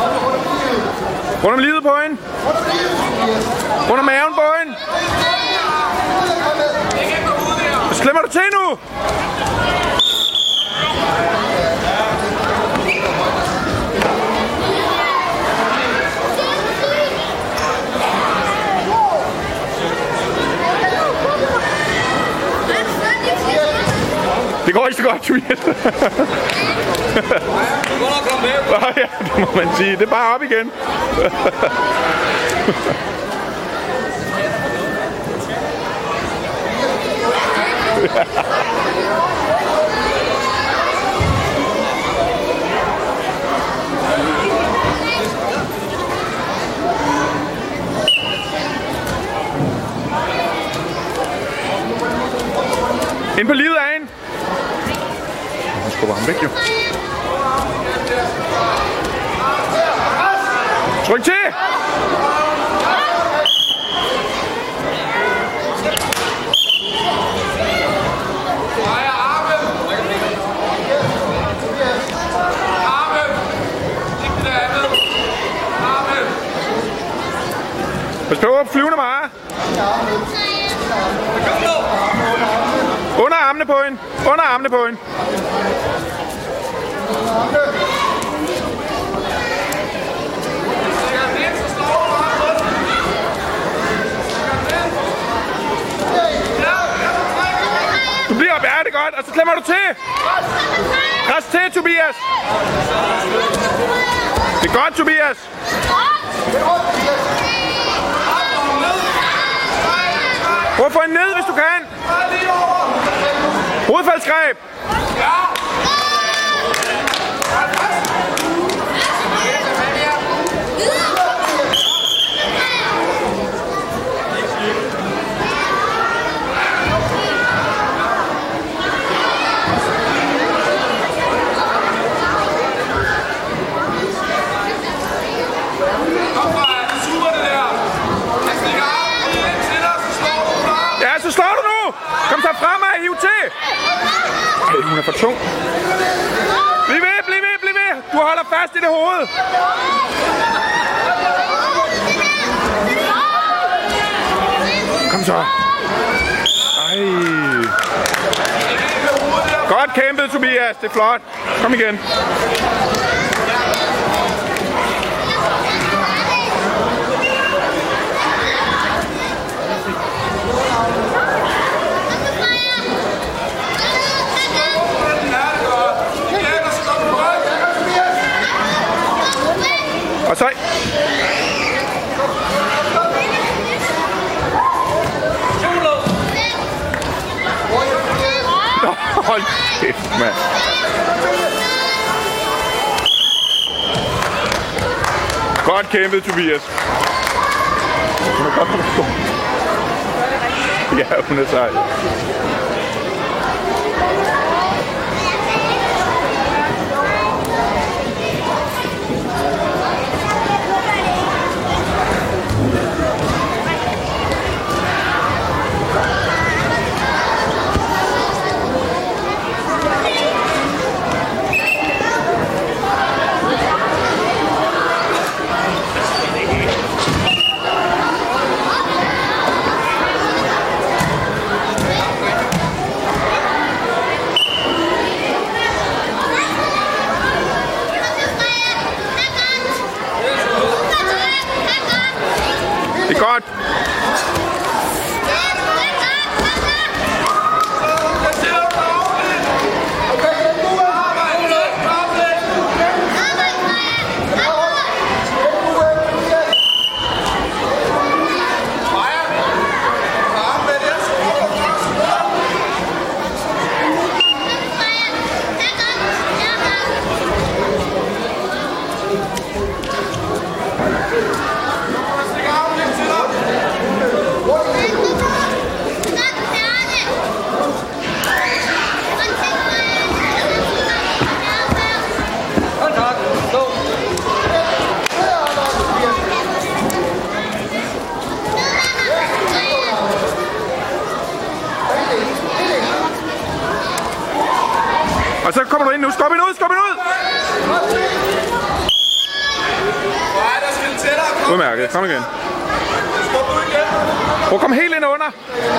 Rundt om livet på hende. Rundt om maven på hende. Så klemmer du til nu. Det går ikke så godt, Tobias. Ja, det må man sige. Det er bare op igen. Ind på livet af en. Han skubber ham væk, jo. Tryk til! Pas på, flyvende Mara. Under armene på hende. Under armene på hende. Du bliver op, ja, det er godt. Og så klemmer du til. Pres til, Tobias. Det er godt, Tobias. Prøv at få hende ned, hvis du kan. Hovedfaldsgreb. Ja, så slår du nu! Kom så frem og hiv til! Ej, hun er for tung. Bliv ved, bliv ved, bliv ved! Du holder fast i det hoved! Kom så! Ej. Godt kæmpet, Tobias. Det er flot. Kom igen. Og så... Hold kæft, mand. Godt kæmpet, Tobias. Hun er godt på det. Ja, hun er sej. Det er godt. Og så kommer du ind nu. Skub hende ud, skub hende ud! Udmærket. Kom igen. Prøv at komme helt ind under.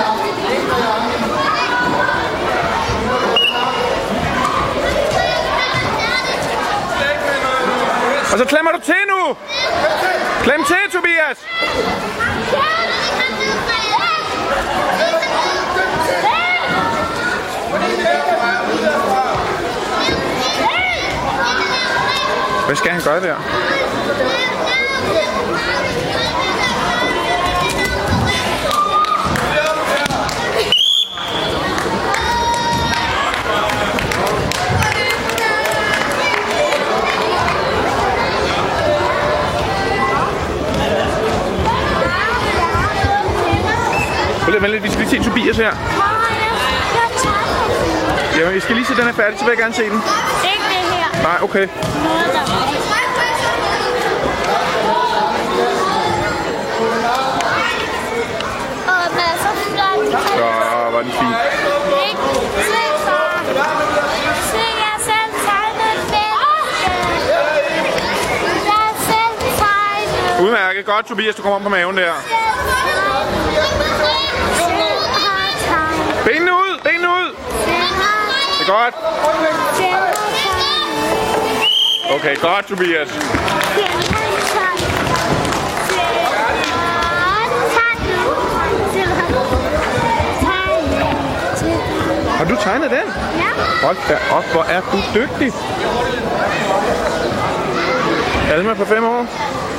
Og så klemmer du til nu. Klem til, Tobias. Hvad skal han gøre der? Vent lidt, vi skal lige se Tobias her. Ja, jeg skal lige se den er færdig, så vil jeg gerne se den. Ikke det her. Nej, okay. Den er så flot. Så var den fin. Se, far. Se, jeg selv tegnet menneske. Jeg selv tegnet. Udmærket. Godt, Tobias, du kommer om på maven der. Benene ud! Benene ud! Det er godt. Okay, godt, Tobias. Har du tegnet den? Ja. Hold da op, hvor er du dygtig. Alma på 5 år.